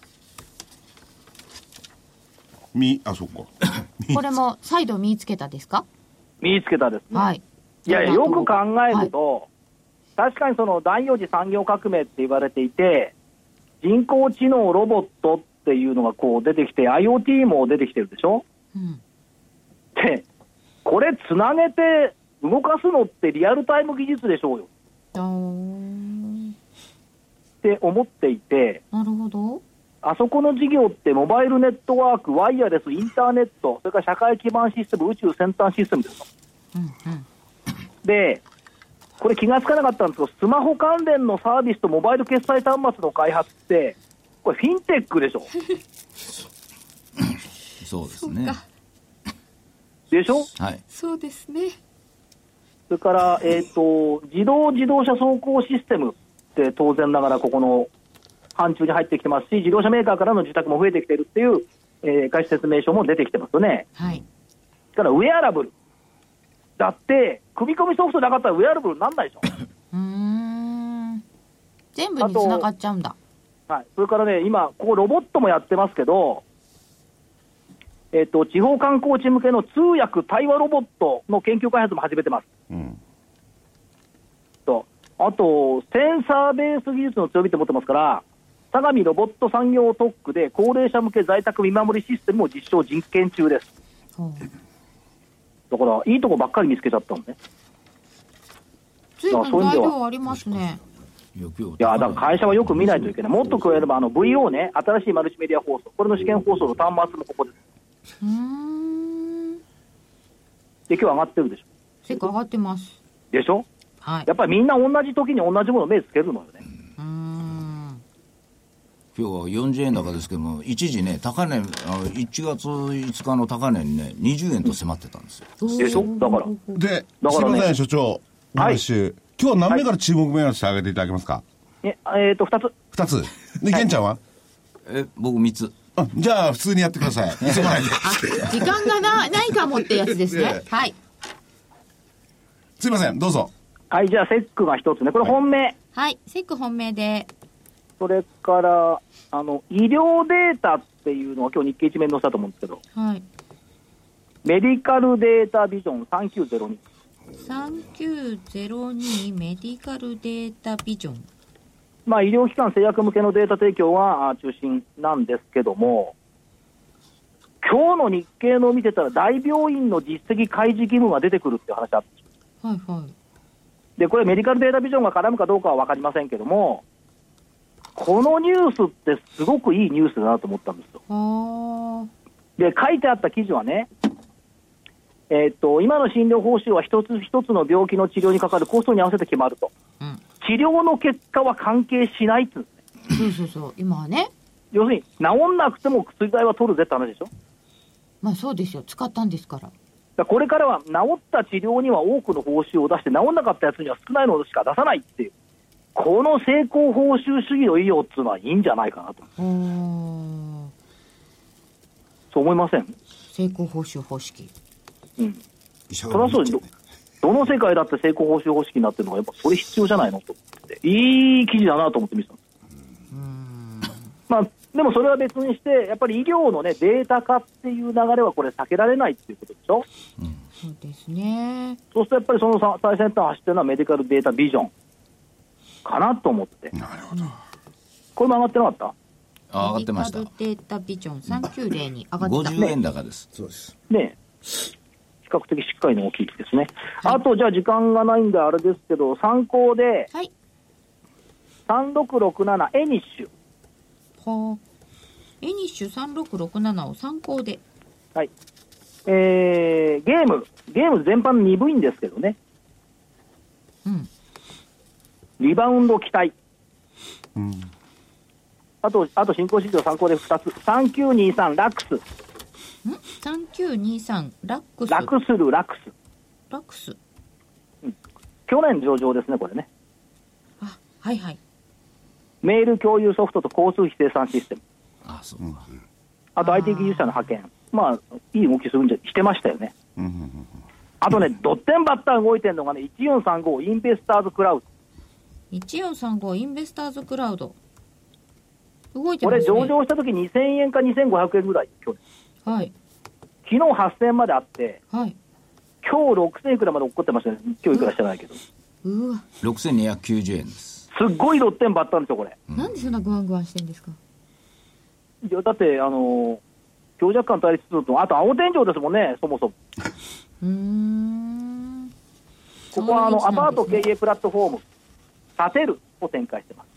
みあそっかこれも再度見つけたですか？ 見つけたです、ね、 はい。 いやよく考えると、はい、確かにその第四次産業革命って言われていて、人工知能ロボットっていうのがこう出てきて IoT も出てきてるでしょ、うん、でこれつなげて動かすのってリアルタイム技術でしょうよって思っていて、 なるほど。 あそこの事業ってモバイルネットワーク、ワイヤレス、インターネット、それから社会基盤システム、宇宙先端システムですよ、うんうん、でこれ気がつかなかったんですけど、スマホ関連のサービスとモバイル決済端末の開発ってこれフィンテックでしょそうですね。 でしょ、 はい、そうですね。 それから、えーと、自動自動車走行システムって当然ながらここの範疇に入ってきてますし、自動車メーカーからの受託も増えてきているっていう、えー、会社説明書も出てきてますよね。 はい。 だからウェアラブルだって組み込みソフトなかったらウェアラブルにならないでしょ。 うーん、全部につながっちゃうんだ。 はい。それからね、今ここロボットもやってますけど、えーと、地方観光地向けの通訳対話ロボットの研究開発も始めてます、うん、とあとセンサーベース技術の強みって持ってますから、相模ロボット産業特区で高齢者向け在宅見守りシステムを実証実験中です、うん、だからいいとこばっかり見つけちゃったのね。 随分材料ありますね。 いやだから会社はよく見ないといけない。もっと加えればあの ブイオー ね、新しいマルチメディア放送、これの試験放送の端末もここです。うーん、で今日上がってるでしょ。 結構上がってますでしょ、 はい、 やっぱりみんな同じ時に同じものを目つけるのよね。 うーん、 今日はよんじゅうえん高ですけども、一時ね、高値、あのいちがついつかの高値にねにじゅうえんと迫ってたんですよ、 うん、でしょ。だからで、だからね、すいません所長、はい、今日は何目から注目目をしてあげていただけますか？ ええー、とふたつふたつで、玄ちゃんは、はい、 え僕みっつ。 あ、じゃあ普通にやってください。急がないで。 時間がなないかもってやつですね。はい。 すいません、どうぞ。 はい、じゃあセックが一つね。これ本命。 はい、はい、セック本命で。 それから、あの、医療データっていうのは今日日経一面載せたと思うんですけど。 はい。 メディカルデータビジョンさんきゅうゼロに。 さんきゅうゼロにメディカルデータビジョン。 まあ、医療機関製薬向けのデータ提供が中心なんですけども、今日の日経の見てたら大病院の実績開示義務が出てくるっていう話あったんですよ。 はいはい。 で、これメディカルデータビジョンが絡むかどうかは分かりませんけども、このニュースってすごくいいニュースだなと思ったんですよ。 あで、書いてあった記事はね、えー、っと今の診療報酬は一つ一つの病気の治療にかかるコストに合わせて決まると、うん、治療の結果は関係しないって言うんですね。 そうそうそう、今はね、 要するに治んなくても薬代は取るぜって話でしょ。 まあそうですよ、使ったんですから。だからこれからは治った治療には多くの報酬を出して、治んなかったやつには少ないのしか出さないっていう、この成功報酬主義の医療っていうのはいいんじゃないかなと。うーん、そう思いません？ 成功報酬方式。 うん、それはそうです。 ど, どの世界だって成功報酬方式になってるのがやっぱそれ必要じゃないのと思って、いい記事だなと思って見てたんです。うーん、まあでもそれは別にして、やっぱり医療の、ね、データ化っていう流れはこれ避けられないっていうことでしょ。 うん、そうですね。 そうするとやっぱりその最先端を走ってるのはメディカルデータビジョンかなと思って。 なるほど。 これも上がってなかった？ あ、上がってました。 メディカルデータビジョンさんきゅうゼロに上がってた。 ごじゅうえん高です。 そうです。 ね、比較的しっかりの大きいですね。はい、あとじゃあ時間がないんであれですけど、参考で、はい、さんろくろくななエニッシュ。 はあ、エニッシュさんろくろくななを参考で。 はい。えー、ゲーム、ゲーム全般鈍いんですけどね。うん。リバウンド期待。うん。あと、あと新興市場参考でふたつ。さんきゅうにさんラックス。ん ? さんきゅうにさんラックス。 ラクスルラックス。 ラックス。 うん。去年上場ですね、これね。 あ、はいはい。 メール共有ソフトと交通費生産システム。 あ、そうか。 あと アイティー 技術者の派遣。まあ、いい動きするんじゃ、してましたよね。うんうんうん、あとね、ドッテンバッター動いてるのがね、いちよんさんごインベスターズクラウド。 いちよんさんごインベスターズクラウド。動いてますね。 これ上場した時にせんえんかにせんごひゃくえんぐらい、去年。はい。 昨日はっせんえんまであって、はい。今日ろくせんいくらまで落っこってましたね。今日いくらしてないけど。 うわ。 ろくせんにひゃくきゅうじゅうえんです。 すっごいドッテンバッターですよ、これ。 うん、なんでそんなグワングワンしてんですか？ いや、だって、あの、強弱感対立と、あと青天井ですもんね、そもそも。うーん。ここはあの、ね、アパート経営プラットフォーム、建てるを展開してます。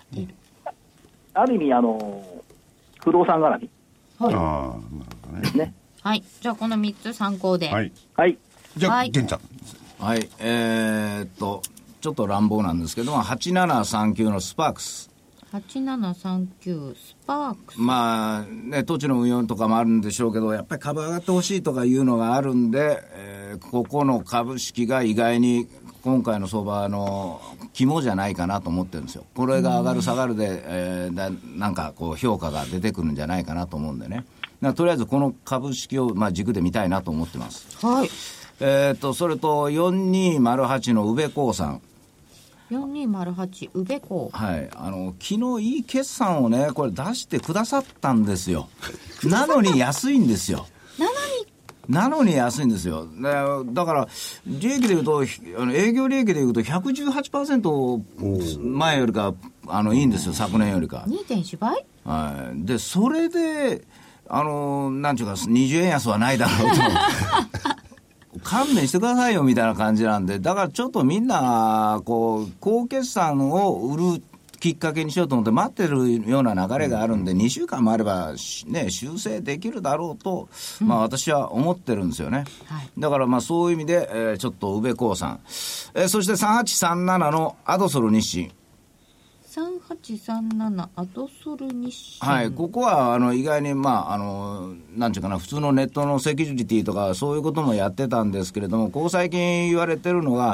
建てる。ある意味、あの、不動産絡み。 はい。ああ、なるほどね。ね。 はい。じゃあ、このみっつ参考で。 はい。 はい。 じゃあ、玄ちゃん。 はい。えー、っと、ちょっと乱暴なんですけども、はちななさんきゅうのスパークス。 はちななさんきゅうスパークス。 まあね、土地の運用とかもあるんでしょうけど、やっぱり株上がってほしいとかいうのがあるんで、えー、ここの株式が意外に今回の相場の肝じゃないかなと思ってるんですよ。これが上がる下がるで、えー、だなんかこう評価が出てくるんじゃないかなと思うんでね。とりあえずこの株式をまあ軸で見たいなと思ってます。 はい。 えー、とそれとよんにーまるはちの宇部興産。 よんにーまるはち宇部興、 はい、あの昨日いい決算をねこれ出してくださったんですよ。なのに安いんですよ。 なのになのに安いんですよ。だから利益でいうとあの営業利益でいうと ひゃくじゅうはちパーセント 前よりかあのいいんですよ、昨年よりかにてんよん 倍、 はい、でそれであのなんていうかにじゅうえん安はないだろうと勘弁してくださいよみたいな感じなんで、だからちょっとみんなこう高決算を売るきっかけにしようと思って待ってるような流れがあるんで、にしゅうかんもあれば、ね、修正できるだろうと、まあ、私は思ってるんですよね、はい、だからまあそういう意味で、えー、ちょっと宇部興産、えー、そしてさんはちさんななのアドソル日清さんはちさんななアドソル日清、 はい、ここはあの意外に、まあ、あのなんていうかな、普通のネットのセキュリティとかそういうこともやってたんですけれども、ここ最近言われてるのが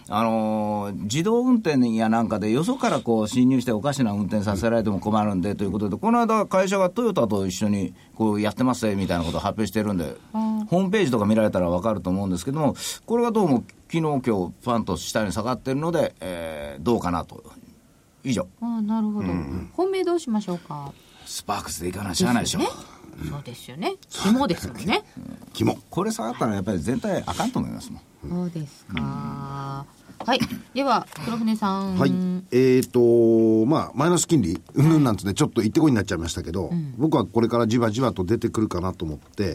あのー、自動運転やなんかでよそからこう侵入しておかしな運転させられても困るんでということで、この間会社がトヨタと一緒にこうやってますみたいなことを発表してるんで、ホームページとか見られたら分かると思うんですけども、これがどうも昨日今日パンと下に下がってるので、えー、どうかなと。以上。 ああ、なるほど、うん、本命どうしましょうか。 スパークスでいかなしゃあないでしょ。 そうですよね。肝ですもんね。 肝。これ下がったらやっぱり全体あかんと思いますもん。 そうですか。はい。では黒船さん。 はい。えっ、ー、とまあマイナス金利うんぬんなんつってちょっと言ってこいになっちゃいましたけど、うん、僕はこれからじわじわと出てくるかなと思って、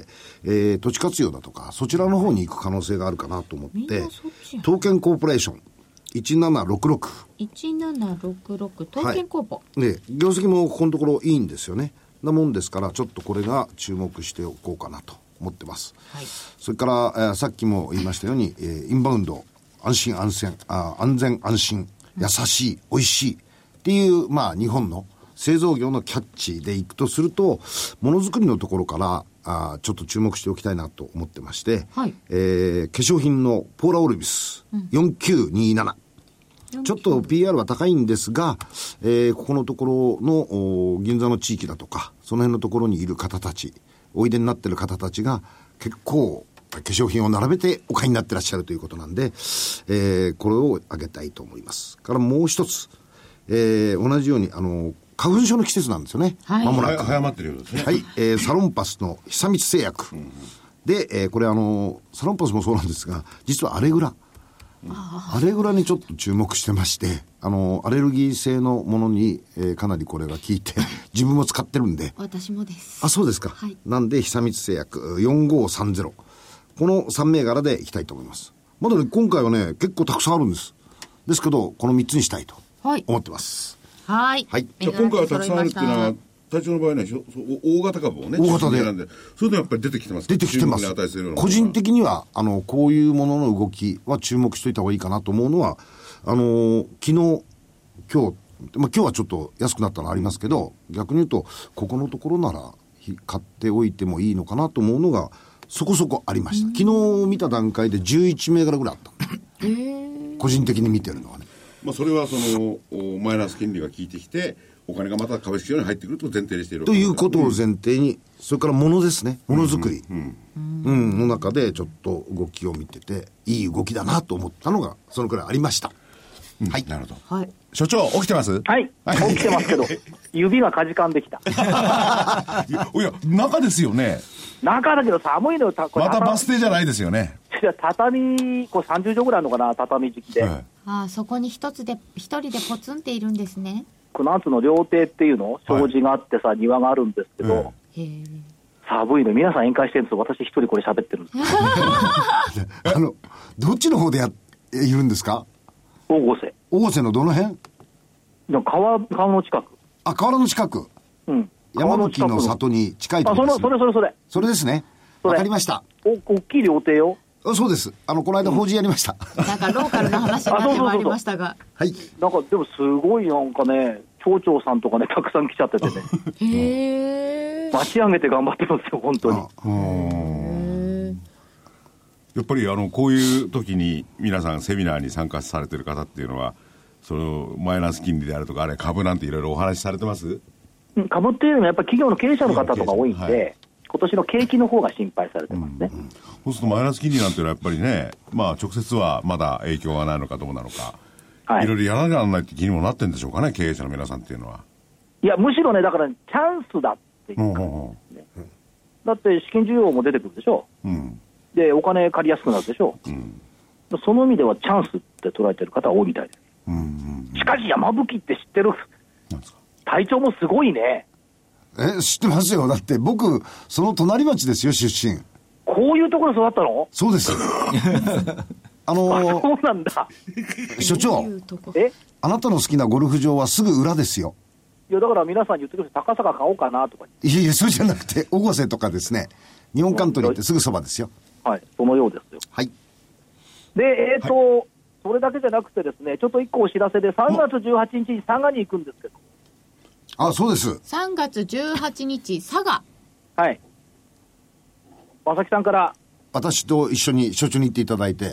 えー、土地活用だとかそちらの方に行く可能性があるかなと思って、東建コーポレーションいちななろくろく。 いちななろくろく東建コーポ。 はい、で業績もここのところいいんですよね。なもんですからちょっとこれが注目しておこうかなと思ってます、はい、それから、えー、さっきも言いましたように、えー、インバウンド安心安全あ安全安心優しい、うん、美味しいっていう、まあ、日本の製造業のキャッチでいくとするとものづくりのところからあちょっと注目しておきたいなと思ってまして、はい、えー、化粧品のポーラオルビス、うん、よんきゅうにななちょっと ピーアール は高いんですが、えー、ここのところの銀座の地域だとかその辺のところにいる方たちおいでになっている方たちが結構化粧品を並べてお買いになってらっしゃるということなんで、えー、これを挙げたいと思います。からもう一つ、えー、同じようにあの花粉症の季節なんですよね、はい、間もなく早まってるようですね、 はい、えー、サロンパスの久光製薬、うん、で、えー、これあのサロンパスもそうなんですが実はアレグラアレグラにちょっと注目してまして、あのアレルギー性のものに、えー、かなりこれが効いて自分も使ってるんで。 私もです。 あ、そうですか、はい、なんで久光製薬よんごさんぜろこのさん銘柄でいきたいと思います。まだね今回はね結構たくさんあるんですですけどこのみっつにしたいと思ってます。 はい、 はい、 じゃあ今回はたくさんあるっていうのは隊長の場合ね大型株をね大型でそれでやっぱり出てきてます。 出てきてます。個人的にはあのこういうものの動きは注目しておいた方がいいかなと思うのはあの昨日今日、まあ、今日はちょっと安くなったのありますけど逆に言うとここのところなら買っておいてもいいのかなと思うのがそこそこありました。昨日見た段階でじゅういち銘柄ぐらいあった、えー、個人的に見てるのはね、 まあ、それはそのマイナス金利が効いてきてお金がまた株式市場に入ってくると前提にしているということを前提に、うん、それから物ですねものづくり、うんうんうん、の中でちょっと動きを見てていい動きだなと思ったのがそのくらいありました、 うん、はい、なるほど、 はい、 所長起きてます？ はい、起きてますけど指がかじかんできたいや中ですよね。 中だけど寒いのよ。 またバス停じゃないですよね。 畳こうさんじゅうじょうぐらいあるのかな畳敷きで、はい、 あそこに一つで一人でポツンっているんですね。 なんつうの料亭っていうの障子があってさ、はい、庭があるんですけど、へー寒いの皆さん宴会してるんですよ。私一人これ喋ってるんですあのどっちの方でやいるんですか？ 大御瀬。 大御瀬のどの辺？ 川川の近く。 あ、川の近く。 うん。 山の木の里に近いところです、ね。 あ、そのそれそれそれ。 それですね。わかりました。 お大きい料亭よ。 そうです。あのこの間法事やりました。 うん、なんかローカルな話になってまいりましたが。 はい。 なんかでもすごいなんかね町長さんとかねたくさん来ちゃっててね。へえ。待ち上げて頑張ってますよ本当に。 へやっぱりあのこういう時に皆さんセミナーに参加されてる方っていうのはそのマイナス金利であるとかあれ株なんていろいろお話しされてます？ 株っていうのはやっぱり企業の経営者の方とか多いんで、はい、今年の景気の方が心配されてますね、うんうん、 そうするとマイナス金利なんていうのはやっぱりね、まあ、直接はまだ影響がないのかどうなのか、はい、いろいろやらなきゃならないって気にもなってるんでしょうかね経営者の皆さんっていうのは。 いやむしろねだからチャンスだっていう感じですね、だって資金需要も出てくるでしょ、うん、でお金借りやすくなるでしょ、うん、その意味ではチャンスって捉えてる方は多いみたいです、うんうんうん、しかし山吹って知ってる？なんですか？隊長もすごいね。 え、知ってますよ。だって僕その隣町ですよ出身。 こういうところ育ったの？ そうですあのー、 あそうなんだ所長えあなたの好きなゴルフ場はすぐ裏ですよ。 いやだから皆さんに言ってください高坂買おうかなとか。 いやいやそうじゃなくて越瀬とかですね日本カントリーってすぐそばですよ。 はいそのようですよ。 はいでえっ、ー、と、はい、それだけじゃなくてですねちょっと一個お知らせでさんがつじゅうはちにちに佐賀に行くんですけど。 あ、そうです。 さんがつじゅうはちにち佐賀。 はい。正木さんから私と一緒に所長に行っていただいて、 はい。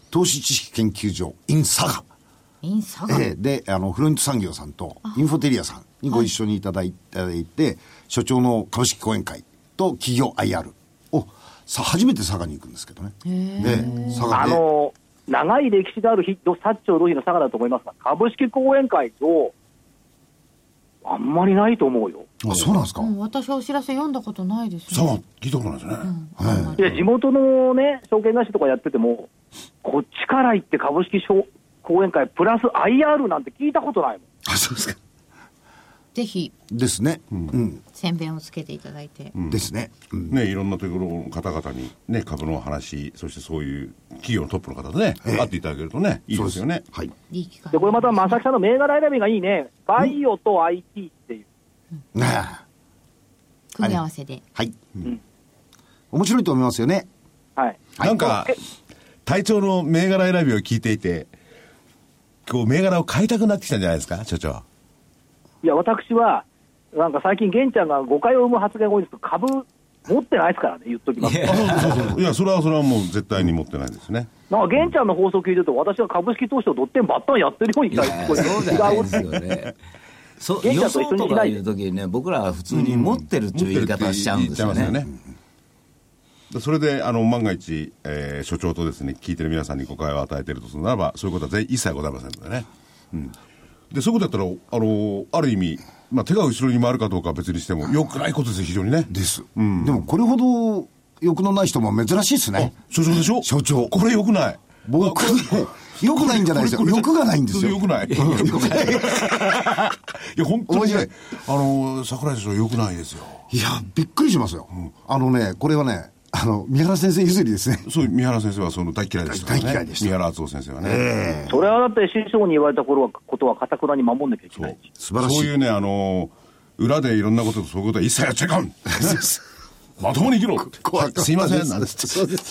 投資知識研究所 in 佐賀、 インサガ、 えー、であのフロント産業さんとインフォテリアさんにご一緒にいただいて、はい、所長の株式講演会と企業 アイアール をさ初めて佐賀に行くんですけどね。で佐賀であの長い歴史がある薩長同士の佐賀だと思いますが、株式講演会とあんまりないと思うよ。 あ、そうなんですか。 うん、私はお知らせ読んだことないですね。 佐賀聞いたことないですね、 うんはい、 いや地元のね証券会社とかやっててもこっちから行って株式講演会プラス アイアール なんて聞いたことないもん。 あ、そうですか。 ぜひですね、うんうん、 宣伝をつけていただいて、 うん、ですね、 うん、ね、いろんなところの方々に、ね、株の話、そしてそういう企業のトップの方でね、えー、会っていただけるとね、いいですよね。 はい、 でこれまた正木さんの銘柄選びがいいね。バイオと アイティー っていう、 うん、あ組み合わせで、 はい、うん、面白いと思いますよね。 はい、 なんか隊長の銘柄選びを聞いていて、こう銘柄を買いたくなってきたんじゃないですか、所長。 いや私はなんか最近玄ちゃんが誤解を生む発言が多いんですけど、株持ってないですからね、言っときます。いやそうそうそういやそれはそれはもう絶対に持ってないですね。 なんか玄ちゃんの放送聞いてると、私は株式投資をドッテンバッタンやってるように聞こえる。 そうじゃないですよね。そ予想とかいう時にね、僕らは普通に持ってるっていう言い方しちゃうんですよね。うん、ねそれであの万が一、えー、所長とですね聞いてる皆さんに誤解を与えているとするならば、そういうことは一切ございませんのでね。うん、でそういうことだったら、あのある意味、まあ、手が後ろに回るかどうかは別にしてもよくないことですよ、非常にね。 です、うん、でもこれほど欲のない人も珍しいですね。 所長でしょ。 所長これよくない。 僕よくないんじゃないですよ。欲がないんですよ。 よくない。よくない。いや本当にね、あの櫻井所長よくないですよ。 いやびっくりしますよ。うん、あのねこれはね。あの三原先生譲りですね。 そう、三原先生はその大嫌いでしたからね。 大嫌いでした。 三原敦夫先生はね、 えー、それはだって師匠に言われた頃はことは堅くなに守んなきゃいけないし、 素晴らしい。そういうね、あの裏でいろんなこと、そういうことは一切やっちゃいかん、ね、まともに生きろすいませんなんて。そうです。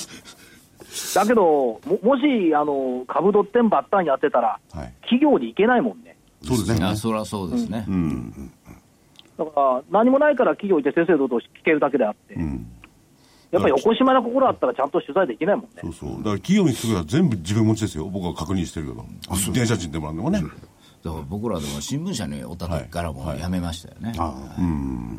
だけど も, もしあの株ドッテンバッタンやってたら、はい、企業に行けないもんね。 そうですね。 あ、そりゃそうですね、うんうん、 だから何もないから企業行って正々堂々聞けるだけであって、うん、やっぱりおこしまな心あったらちゃんと取材できないもんね。 そうそう。だから企業にするのは全部自分持ちですよ。僕は確認してるけど。電車賃でもらうのもね。 だから僕らでも新聞社におった時からもやめましたよね。はいはい、あうん。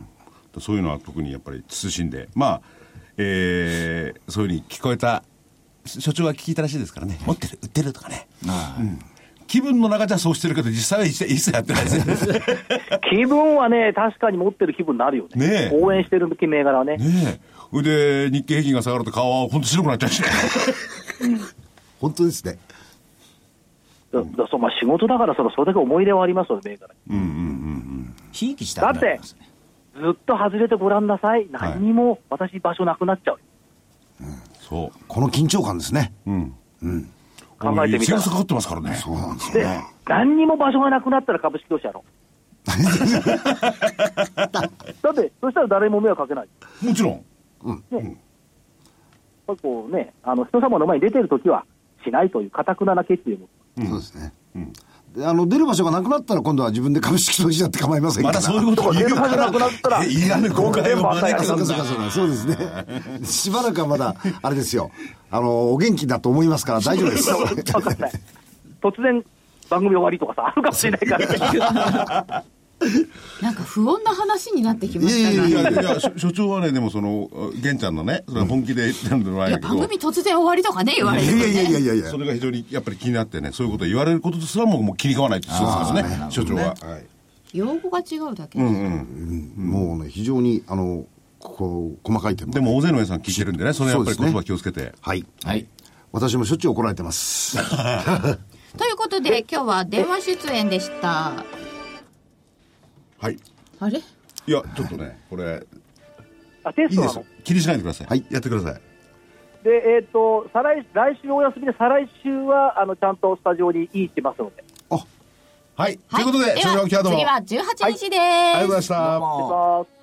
そういうのは特にやっぱり慎んで、まあ、えー、そういうふうに聞こえた所長が聞いたらしいですからね。持ってる、売ってるとかね。あうん、気分の中じゃそうしてるけど、実際は一切やってないですよ。 気分はね、確かに持ってる気分になるよね。ね応援してる銘柄はね。 ねえ。で日経平均が下がると顔は本当白くなっちゃうし、 うん、本当ですね。 だだそう、まあ、仕事だからそれそれだけ思い入れはありますよね、銘柄に。 うんうんうんうん。ひいきしたくなりますね。 だってずっと外れてごらんなさい。何にも私場所なくなっちゃう。 うん、そうこの緊張感ですね。うんうん。考えてみたら。 かかってますからね。 そうなんですね。で何にも場所がなくなったら株式投資やろう。だってそしたら誰も迷惑かけない。 もちろん。 うんね、うん、やっぱりこうね、あの人様の前に出てるときはしないという堅くなな決意を持って、 うん、そうですね、うん、であの出る場所がなくなったら今度は自分で株式投資だって構いませんから。 まだそういうことを言うからなくなったらいやね誤解を招くんだ。 そうですね。しばらくはまだあれですよ、あのお元気だと思いますから大丈夫です。 突然番組終わりとかさあるかもしれないからね。 なんか不穏な話になってきましたが、 いやいやいや所長はね、でもその玄ちゃんのね、それは本気で言ってるんじゃないけど、 番組突然終わりとかね言われる、ね、 いやいやいやいやいや、 それが非常にやっぱり気になってね、そういうことを言われることとすらももう気に食わないってそうですからね、ね所長は、はい、 用語が違うだけ、 うんうんうん、もうね非常にあのこう細かい点でも大勢の皆さん聞いてるんでね、それやっぱり言葉気をつけて、ね、 はい、はい、私もしょっちゅう怒られてます。 ということで今日は電話出演でした。 はい。 あれ？ いやちょっとねこれあテストなの？ いいです気にしないでください。はい、やってください。 でえっ、ー、と再来来週お休みで再来週はあのちゃんとスタジオにいいしますので。 あ、はい。 はい、 ということで、 では次はじゅうはちにちです。 はい、ありがとうございました。 どうも。